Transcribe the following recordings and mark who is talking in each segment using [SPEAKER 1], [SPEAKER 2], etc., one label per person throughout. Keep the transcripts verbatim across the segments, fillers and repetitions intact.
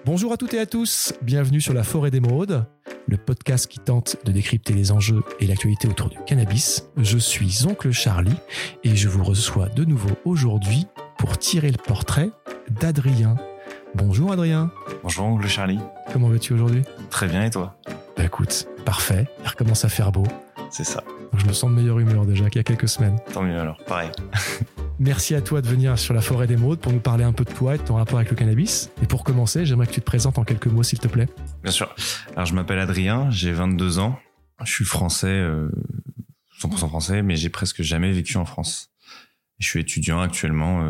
[SPEAKER 1] Bonjour à toutes et à tous, bienvenue sur La Forêt d'Émeraude, le podcast qui tente de décrypter les enjeux et l'actualité autour du cannabis. Je suis Oncle Charlie et je vous reçois de nouveau aujourd'hui pour tirer le portrait d'Adrien. Bonjour Adrien.
[SPEAKER 2] Bonjour Oncle Charlie.
[SPEAKER 1] Comment vas-tu aujourd'hui ?
[SPEAKER 2] Très bien et toi ?
[SPEAKER 1] Bah écoute, parfait, il recommence à faire beau.
[SPEAKER 2] C'est ça.
[SPEAKER 1] Donc je me sens de meilleure humeur déjà qu'il y a quelques semaines.
[SPEAKER 2] Tant mieux alors, pareil.
[SPEAKER 1] Merci à toi de venir sur La Forêt d'Émeraude pour nous parler un peu de toi et de ton rapport avec le cannabis. Et pour commencer, j'aimerais que tu te présentes en quelques mots s'il te plaît.
[SPEAKER 2] Bien sûr. Alors je m'appelle Adrien, j'ai vingt-deux ans. Je suis français, euh, cent pour cent français, mais j'ai presque jamais vécu en France. Je suis étudiant actuellement euh,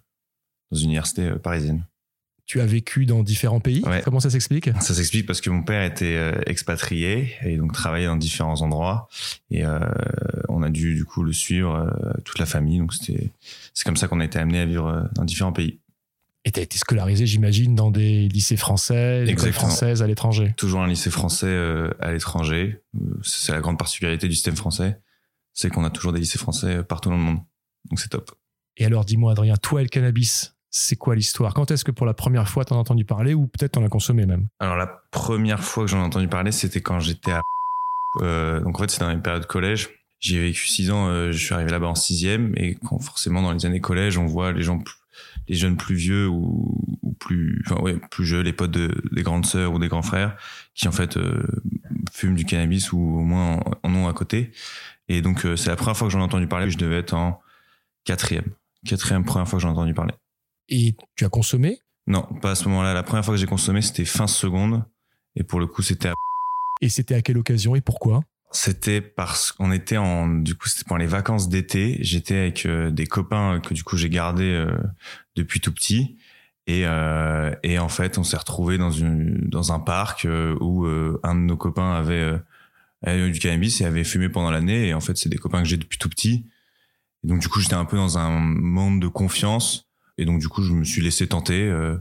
[SPEAKER 2] dans une université euh, parisienne.
[SPEAKER 1] Tu as vécu dans différents pays.
[SPEAKER 2] Ouais.
[SPEAKER 1] Comment ça s'explique ?
[SPEAKER 2] Ça s'explique parce que mon père était euh, expatrié et donc travaillait dans différents endroits et euh, on a dû du coup le suivre euh, toute la famille. Donc c'était c'est comme ça qu'on a été amené à vivre euh, dans différents pays.
[SPEAKER 1] Et tu as été scolarisé, j'imagine, dans des lycées français, des écoles
[SPEAKER 2] Exactement.
[SPEAKER 1] françaises à l'étranger.
[SPEAKER 2] Toujours un lycée français euh, à l'étranger. Euh, c'est la grande particularité du système français, c'est qu'on a toujours des lycées français partout dans le monde. Donc c'est top.
[SPEAKER 1] Et alors dis-moi Adrien, toi et le cannabis, c'est quoi l'histoire ? Quand est-ce que pour la première fois t'en as entendu parler ou peut-être t'en as consommé même ?
[SPEAKER 2] Alors la première fois que j'en ai entendu parler, c'était quand j'étais à... Euh, donc en fait c'était dans mes périodes collège. J'ai vécu six ans, euh, je suis arrivé là-bas en sixième et quand forcément dans les années collège, on voit les gens, plus, les jeunes plus vieux ou, ou plus, enfin ouais, plus jeunes, les potes de, des grandes sœurs ou des grands frères qui en fait euh, fument du cannabis ou au moins en, en ont à côté. Et donc euh, c'est la première fois que j'en ai entendu parler. Je devais être en quatrième, quatrième première fois que j'en ai entendu parler.
[SPEAKER 1] Et tu as consommé ?
[SPEAKER 2] Non, pas à ce moment-là. La première fois que j'ai consommé, c'était fin seconde. Et pour le coup, c'était à...
[SPEAKER 1] Et c'était à quelle occasion et pourquoi ?
[SPEAKER 2] C'était parce qu'on était en... Du coup, c'était pendant les vacances d'été. J'étais avec euh, des copains que du coup, j'ai gardés euh, depuis tout petit. Et, euh, et en fait, on s'est retrouvés dans, une, dans un parc euh, où euh, un de nos copains avait, euh, avait du cannabis et avait fumé pendant l'année. Et en fait, c'est des copains que j'ai depuis tout petit. Et donc, du coup, j'étais un peu dans un monde de confiance. Et donc, du coup, je me suis laissé tenter euh,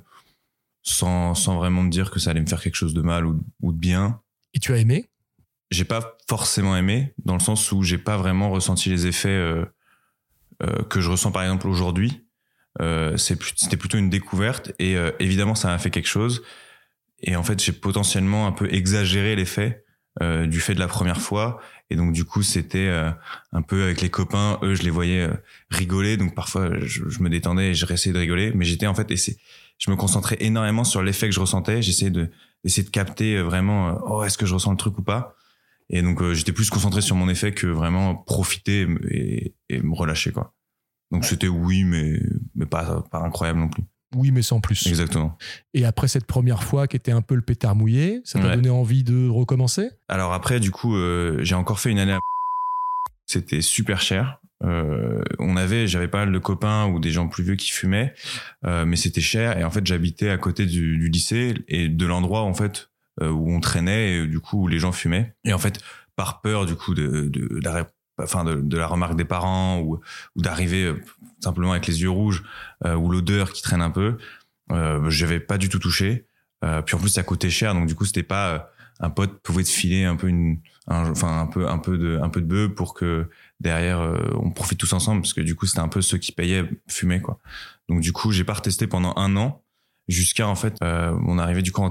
[SPEAKER 2] sans, sans vraiment me dire que ça allait me faire quelque chose de mal ou, ou de bien.
[SPEAKER 1] Et tu as aimé ?
[SPEAKER 2] J'ai pas forcément aimé, dans le sens où j'ai pas vraiment ressenti les effets euh, euh, que je ressens par exemple aujourd'hui. Euh, c'est, c'était plutôt une découverte et euh, évidemment, ça m'a fait quelque chose. Et en fait, j'ai potentiellement un peu exagéré l'effet euh, du fait de la première fois. Et donc, du coup, c'était euh, un peu avec les copains. Eux, je les voyais euh, rigoler. Donc, parfois, je, je me détendais et je restais de rigoler. Mais j'étais, en fait, essayer, je me concentrais énormément sur l'effet que je ressentais. J'essayais de, d'essayer de capter vraiment, euh, oh, est-ce que je ressens le truc ou pas ? Et donc, euh, j'étais plus concentré sur mon effet que vraiment profiter et, et me relâcher, quoi. Donc, c'était oui, mais, mais pas, pas incroyable non plus.
[SPEAKER 1] Oui, mais sans plus.
[SPEAKER 2] Exactement.
[SPEAKER 1] Et après cette première fois qui était un peu le pétard mouillé, ça t'a
[SPEAKER 2] Ouais.
[SPEAKER 1] donné envie de recommencer ?
[SPEAKER 2] Alors après, du coup, euh, j'ai encore fait une année à... C'était super cher. Euh, on avait, j'avais pas mal de copains ou des gens plus vieux qui fumaient, euh, mais c'était cher. Et en fait, j'habitais à côté du, du lycée et de l'endroit en fait euh, où on traînait, et, du coup où les gens fumaient. Et en fait, par peur du coup de, de, de la, enfin de, de la remarque des parents ou, ou d'arriver euh, simplement avec les yeux rouges euh, ou l'odeur qui traîne un peu, euh, j'avais pas du tout touché. Euh, puis en plus, ça coûtait cher, donc du coup, c'était pas euh, un pote pouvait te filer un peu une, un, enfin un peu un peu de un peu de bœuf pour que derrière euh, on profite tous ensemble, parce que du coup, c'était un peu ceux qui payaient fumer quoi. Donc du coup, j'ai pas retesté pendant un an jusqu'à en fait euh, mon arrivée du camp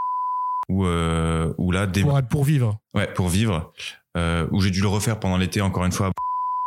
[SPEAKER 2] où euh, où là début...
[SPEAKER 1] pour, pour vivre.
[SPEAKER 2] Ouais, pour vivre. Euh, où j'ai dû le refaire pendant l'été encore une fois,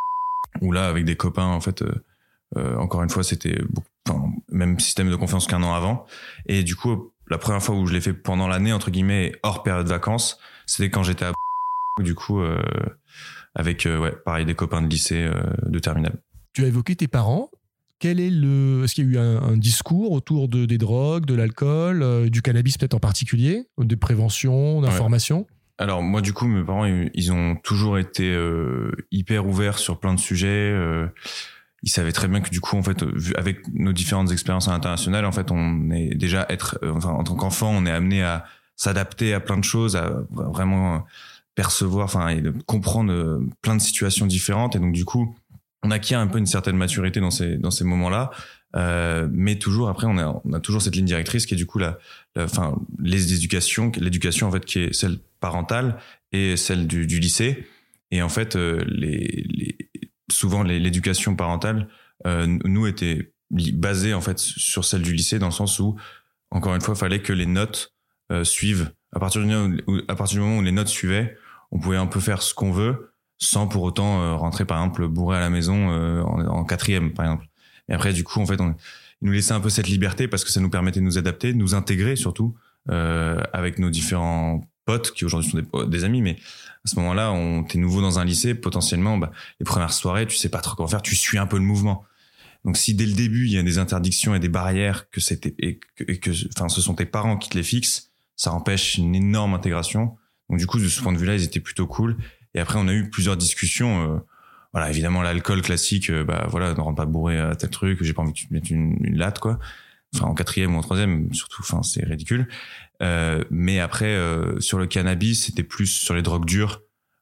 [SPEAKER 2] où là avec des copains en fait euh, euh, encore une fois c'était beaucoup, enfin, même système de confiance qu'un an avant. Et du coup la première fois où je l'ai fait pendant l'année entre guillemets hors période de vacances, c'était quand j'étais à du coup euh, avec euh, ouais pareil des copains de lycée euh, de terminale.
[SPEAKER 1] Tu as évoqué tes parents. Quel est le Est-ce qu'il y a eu un, un discours autour de, des drogues, de l'alcool, euh, du cannabis peut-être en particulier, de prévention, d'information ? Ouais.
[SPEAKER 2] Alors moi du coup mes parents ils ont toujours été euh, hyper ouverts sur plein de sujets. Euh, ils savaient très bien que du coup en fait avec nos différentes expériences à l'international en fait on est déjà être euh, enfin en tant qu'enfant on est amené à s'adapter à plein de choses, à vraiment percevoir enfin et de comprendre plein de situations différentes. Et donc du coup on acquiert un peu une certaine maturité dans ces dans ces moments-là. Euh, mais toujours après on a on a toujours cette ligne directrice qui est du coup la enfin les éducations l'éducation en fait qui est celle parentale et celle du, du lycée. Et en fait euh, les, les souvent les, l'éducation parentale euh, nous était basée en fait sur celle du lycée, dans le sens où encore une fois, il fallait que les notes euh, suivent. À partir, du, où, à partir du moment où les notes suivaient, on pouvait un peu faire ce qu'on veut sans pour autant euh, rentrer, par exemple, bourré à la maison euh, en, en quatrième, par exemple. Et après, du coup, en fait, on, ils nous laissaient un peu cette liberté parce que ça nous permettait de nous adapter, de nous intégrer surtout euh, avec nos différents potes qui aujourd'hui sont des, des amis, mais à ce moment-là, on t'es nouveau dans un lycée, potentiellement, bah, les premières soirées, tu sais pas trop comment faire, tu suis un peu le mouvement. Donc si dès le début il y a des interdictions et des barrières que c'était et que, et que enfin ce sont tes parents qui te les fixent, ça empêche une énorme intégration. Donc du coup de ce point de vue-là, ils étaient plutôt cool. Et après on a eu plusieurs discussions. Euh, voilà, évidemment l'alcool classique, euh, bah voilà, ne rentre pas bourré à tel truc, j'ai pas envie que tu te mettes une, une latte quoi. Enfin en quatrième ou en troisième surtout, enfin c'est ridicule. Euh, mais après euh, sur le cannabis, c'était plus sur les drogues dures,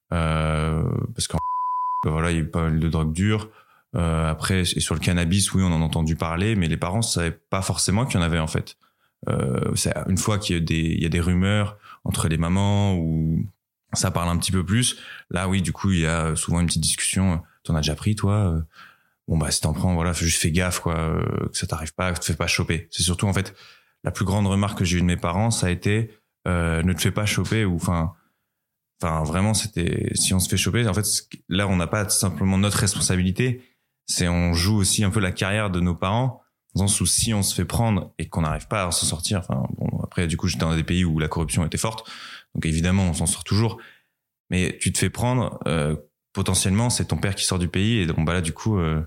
[SPEAKER 2] euh, parce qu'en bah, voilà il y a eu pas mal de drogues dures. Euh, après, et sur le cannabis, oui, on en a entendu parler, mais les parents ne savaient pas forcément qu'il y en avait en fait. Euh, c'est une fois qu'il y a des, il y a des rumeurs entre les mamans ou ça parle un petit peu plus. Là, oui, du coup, il y a souvent une petite discussion. T'en as déjà pris, toi? Bon, bah, si t'en prends, voilà, juste fais gaffe, quoi, euh, que ça t'arrive pas, que tu te fais pas choper. C'est surtout, en fait, la plus grande remarque que j'ai eue de mes parents, ça a été, euh, ne te fais pas choper ou, enfin, enfin, vraiment, c'était, si on se fait choper, en fait, là, on n'a pas simplement notre responsabilité. C'est on joue aussi un peu la carrière de nos parents dans le sens où si on se fait prendre et qu'on n'arrive pas à s'en sortir, enfin bon après du coup j'étais dans des pays où la corruption était forte, donc évidemment on s'en sort toujours, mais tu te fais prendre, euh, potentiellement c'est ton père qui sort du pays et donc bah là du coup euh,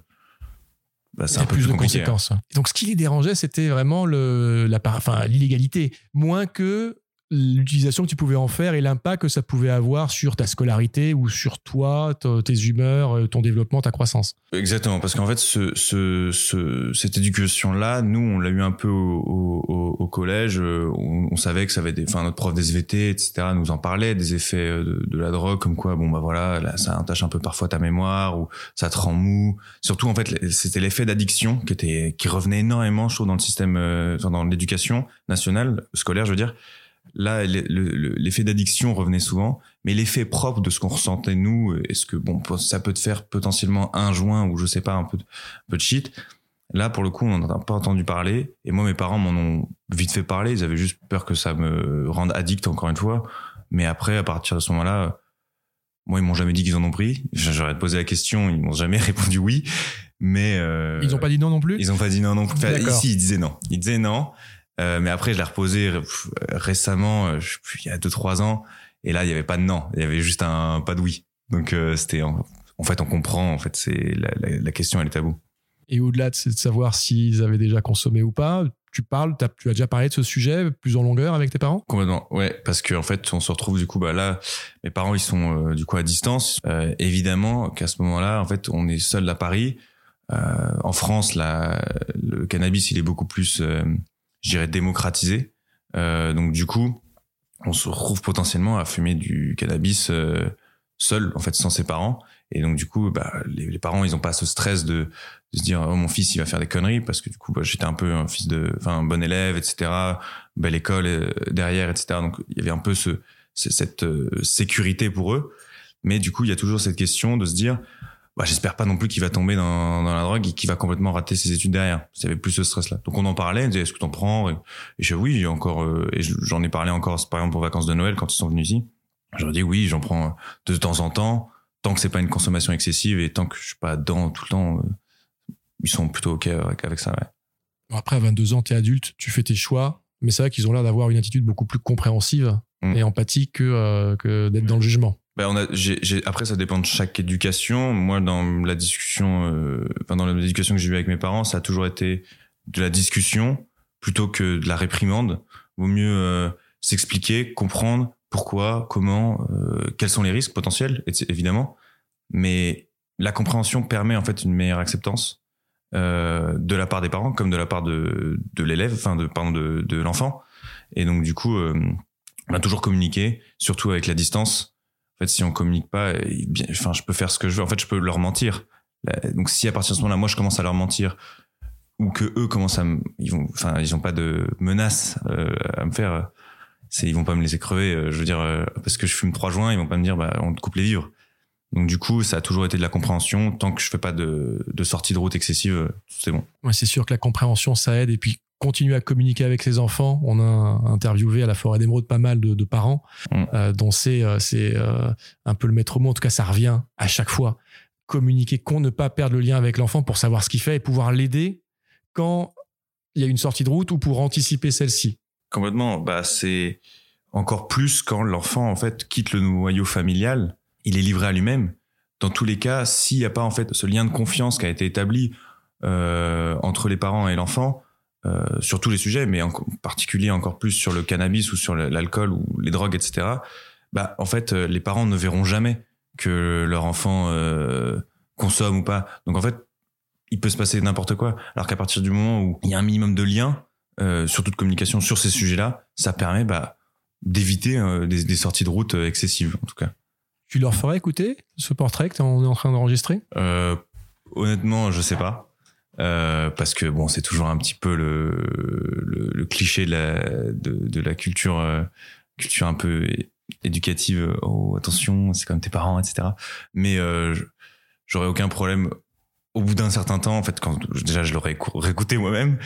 [SPEAKER 2] bah, c'est un peu
[SPEAKER 1] plus,
[SPEAKER 2] plus
[SPEAKER 1] de
[SPEAKER 2] compliqué.
[SPEAKER 1] Conséquences. Donc ce qui les dérangeait c'était vraiment le, la, enfin, l'illégalité, moins que l'utilisation que tu pouvais en faire et l'impact que ça pouvait avoir sur ta scolarité ou sur toi, tes humeurs, ton développement, ta croissance.
[SPEAKER 2] Exactement, parce qu'en fait, ce, ce, ce, cette éducation-là, nous, on l'a eu un peu au, au, au collège. On, on savait que ça avait des, enfin, notre prof des S V T, et cetera, nous en parlait des effets de, de la drogue, comme quoi, bon bah voilà, là, ça entache un peu parfois ta mémoire ou ça te rend mou. Surtout, en fait, c'était l'effet d'addiction qui était, qui revenait énormément, je trouve, dans le système, enfin, dans l'éducation nationale, scolaire, je veux dire. Là, l'effet d'addiction revenait souvent, mais l'effet propre de ce qu'on ressentait nous, est-ce que bon, ça peut te faire potentiellement un joint ou je sais pas, un peu de, un peu de shit. Là, pour le coup, on n'en a pas entendu parler. Et moi, mes parents m'en ont vite fait parler. Ils avaient juste peur que ça me rende addict, encore une fois. Mais après, à partir de ce moment-là, moi, ils m'ont jamais dit qu'ils en ont pris. J'aurais posé la question, ils m'ont jamais répondu oui. Mais euh,
[SPEAKER 1] ils ont pas dit non non plus.
[SPEAKER 2] Ils ont pas dit non non plus. Enfin, ici, ils disaient non. Ils disaient non. Euh, mais après, je l'ai reposé récemment, je sais plus, il y a deux trois ans, et là, il y avait pas de non, il y avait juste un pas de oui. Donc euh, c'était, en, en fait, on comprend. En fait, c'est la, la, la question, elle est taboue.
[SPEAKER 1] Et au-delà de, de savoir s'ils avaient déjà consommé ou pas, tu parles, t'as, tu as déjà parlé de ce sujet plus en longueur avec tes parents?
[SPEAKER 2] Complètement, ouais, parce qu'en fait, on se retrouve du coup, bah là, mes parents, ils sont euh, du coup à distance. Euh, évidemment qu'à ce moment-là, en fait, on est seul à Paris. Euh, en France, la, le cannabis, il est beaucoup plus euh, je dirais démocratisé. Euh, donc du coup, on se retrouve potentiellement à fumer du cannabis euh, seul, en fait, sans ses parents. Et donc du coup, bah, les, les parents, ils ont pas ce stress de, de se dire, oh mon fils, il va faire des conneries, parce que du coup, bah, j'étais un peu un fils de, enfin, un bon élève, et cetera. Belle école euh, derrière, et cetera. Donc il y avait un peu ce, ce cette euh, sécurité pour eux. Mais du coup, il y a toujours cette question de se dire, bah, j'espère pas non plus qu'il va tomber dans, dans la drogue et qu'il va complètement rater ses études derrière. Il y avait plus ce stress-là. Donc on en parlait, on disait, est-ce que t'en prends? Et, et je dis oui, encore, euh, et j'en ai parlé encore, par exemple, pour vacances de Noël, quand ils sont venus ici. Je leur dis oui, j'en prends de temps en temps, tant que c'est pas une consommation excessive et tant que je suis pas dedans tout le temps, euh, ils sont plutôt OK avec, avec ça, ouais.
[SPEAKER 1] Bon, après, à vingt-deux ans, t'es adulte, tu fais tes choix, mais c'est vrai qu'ils ont l'air d'avoir une attitude beaucoup plus compréhensive mmh. et empathique que, euh, que d'être dans le jugement.
[SPEAKER 2] Ben on a, j'ai, j'ai, après, ça dépend de chaque éducation. Moi, dans la discussion, euh, enfin, dans l'éducation que j'ai eue avec mes parents, ça a toujours été de la discussion plutôt que de la réprimande. Vaut mieux euh, s'expliquer, comprendre pourquoi, comment, euh, quels sont les risques potentiels, évidemment. Mais la compréhension permet en fait une meilleure acceptance euh, de la part des parents, comme de la part de, de l'élève, enfin de, pardon, de, de l'enfant. Et donc du coup, euh, on a toujours communiqué, surtout avec la distance. En fait, si on communique pas, bien, enfin, je peux faire ce que je veux. En fait, je peux leur mentir. Donc, si à partir de ce moment-là, moi, je commence à leur mentir, ou que eux commencent à, me, ils vont, enfin, ils ont pas de menace euh, à me faire. C'est, ils vont pas me laisser crever. Euh, je veux dire, euh, parce que je fume trois joints, ils vont pas me dire, bah, on te coupe les vivres. Donc, du coup, ça a toujours été de la compréhension. Tant que je fais pas de, de sortie de route excessive, c'est bon.
[SPEAKER 1] Ouais, c'est sûr que la compréhension, ça aide. Et puis, continuer à communiquer avec ses enfants. On a interviewé à la Forêt d'Émeraude pas mal de, de parents mmh. euh, dont c'est, euh, c'est euh, un peu le maître mot. En tout cas, ça revient à chaque fois. Communiquer, qu'on ne pas perdre le lien avec l'enfant pour savoir ce qu'il fait et pouvoir l'aider quand il y a une sortie de route ou pour anticiper celle-ci.
[SPEAKER 2] Complètement. Bah, c'est encore plus quand l'enfant en fait quitte le noyau familial. Il est livré à lui-même. Dans tous les cas, s'il n'y a pas en fait ce lien de confiance qui a été établi euh, entre les parents et l'enfant, euh, sur tous les sujets, mais en particulier encore plus sur le cannabis ou sur l'alcool ou les drogues, et cetera. Bah, en fait, les parents ne verront jamais que leur enfant euh, consomme ou pas. Donc en fait, il peut se passer n'importe quoi. Alors qu'à partir du moment où il y a un minimum de lien, euh, surtout de communication sur ces sujets-là, ça permet bah, d'éviter euh, des, des sorties de route excessives, en tout cas.
[SPEAKER 1] Tu leur ferais écouter ce portrait que on est en train d'enregistrer ?
[SPEAKER 2] euh, Honnêtement, je sais pas. Euh, parce que bon, c'est toujours un petit peu le, le, le cliché de la, de, de la culture, euh, culture un peu éducative. Oh, attention, c'est comme tes parents, et cetera. Mais euh, j'aurais aucun problème. Au bout d'un certain temps, en fait, quand déjà je l'aurais réécouté moi-même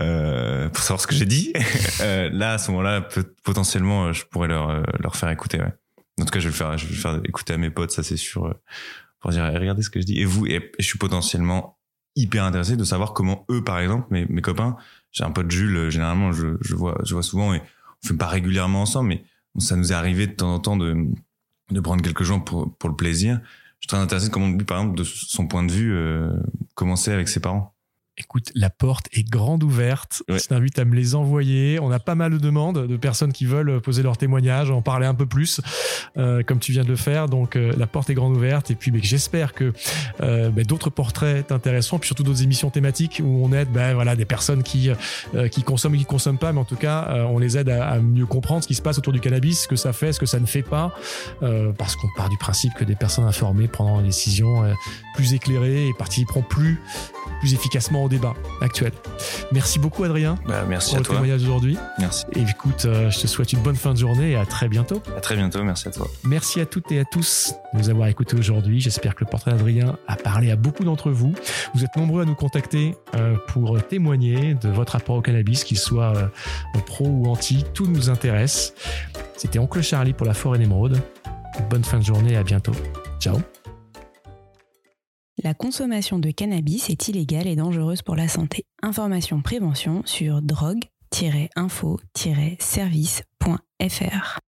[SPEAKER 2] euh, pour savoir ce que j'ai dit, euh, là à ce moment-là, peut, potentiellement, je pourrais leur leur faire écouter. Ouais. En tout cas, je vais le faire, je vais le faire écouter à mes potes, ça c'est sûr, pour dire regardez ce que je dis. Et vous, et, et je suis potentiellement hyper intéressé de savoir comment eux, par exemple, mes mes copains, j'ai un pote Jules, généralement je je vois je vois souvent et on fait pas régulièrement ensemble, mais ça nous est arrivé de temps en temps de de prendre quelques jours pour pour le plaisir. Je suis très intéressé de comment lui, par exemple, de son point de vue, euh, commencer avec ses parents.
[SPEAKER 1] Écoute, la porte est grande ouverte. Ouais. Je t'invite à me les envoyer. On a pas mal de demandes de personnes qui veulent poser leur témoignage, en parler un peu plus, euh, comme tu viens de le faire. Donc, euh, la porte est grande ouverte. Et puis, bah, j'espère que euh, bah, d'autres portraits t'intéresseront, puis surtout d'autres émissions thématiques où on aide bah, voilà, des personnes qui, euh, qui consomment et qui ne consomment pas. Mais en tout cas, euh, on les aide à, à mieux comprendre ce qui se passe autour du cannabis, ce que ça fait, ce que ça ne fait pas. Euh, parce qu'on part du principe que des personnes informées prendront des décisions euh, plus éclairées et participeront plus, plus efficacement au débat actuel. Merci beaucoup Adrien
[SPEAKER 2] bah, merci
[SPEAKER 1] pour
[SPEAKER 2] à
[SPEAKER 1] le
[SPEAKER 2] toi.
[SPEAKER 1] témoignage d'aujourd'hui.
[SPEAKER 2] Merci.
[SPEAKER 1] Et écoute, euh, je te souhaite une bonne fin de journée et à très bientôt.
[SPEAKER 2] À très bientôt, merci à toi.
[SPEAKER 1] Merci à toutes et à tous de nous avoir écoutés aujourd'hui. J'espère que le portrait d'Adrien a parlé à beaucoup d'entre vous. Vous êtes nombreux à nous contacter euh, pour témoigner de votre rapport au cannabis, qu'il soit euh, pro ou anti. Tout nous intéresse. C'était Oncle Charlie pour la Forêt d'Émeraude. Bonne fin de journée et à bientôt. Ciao.
[SPEAKER 3] La consommation de cannabis est illégale et dangereuse pour la santé. Information prévention sur drogue tiret info tiret service point f r.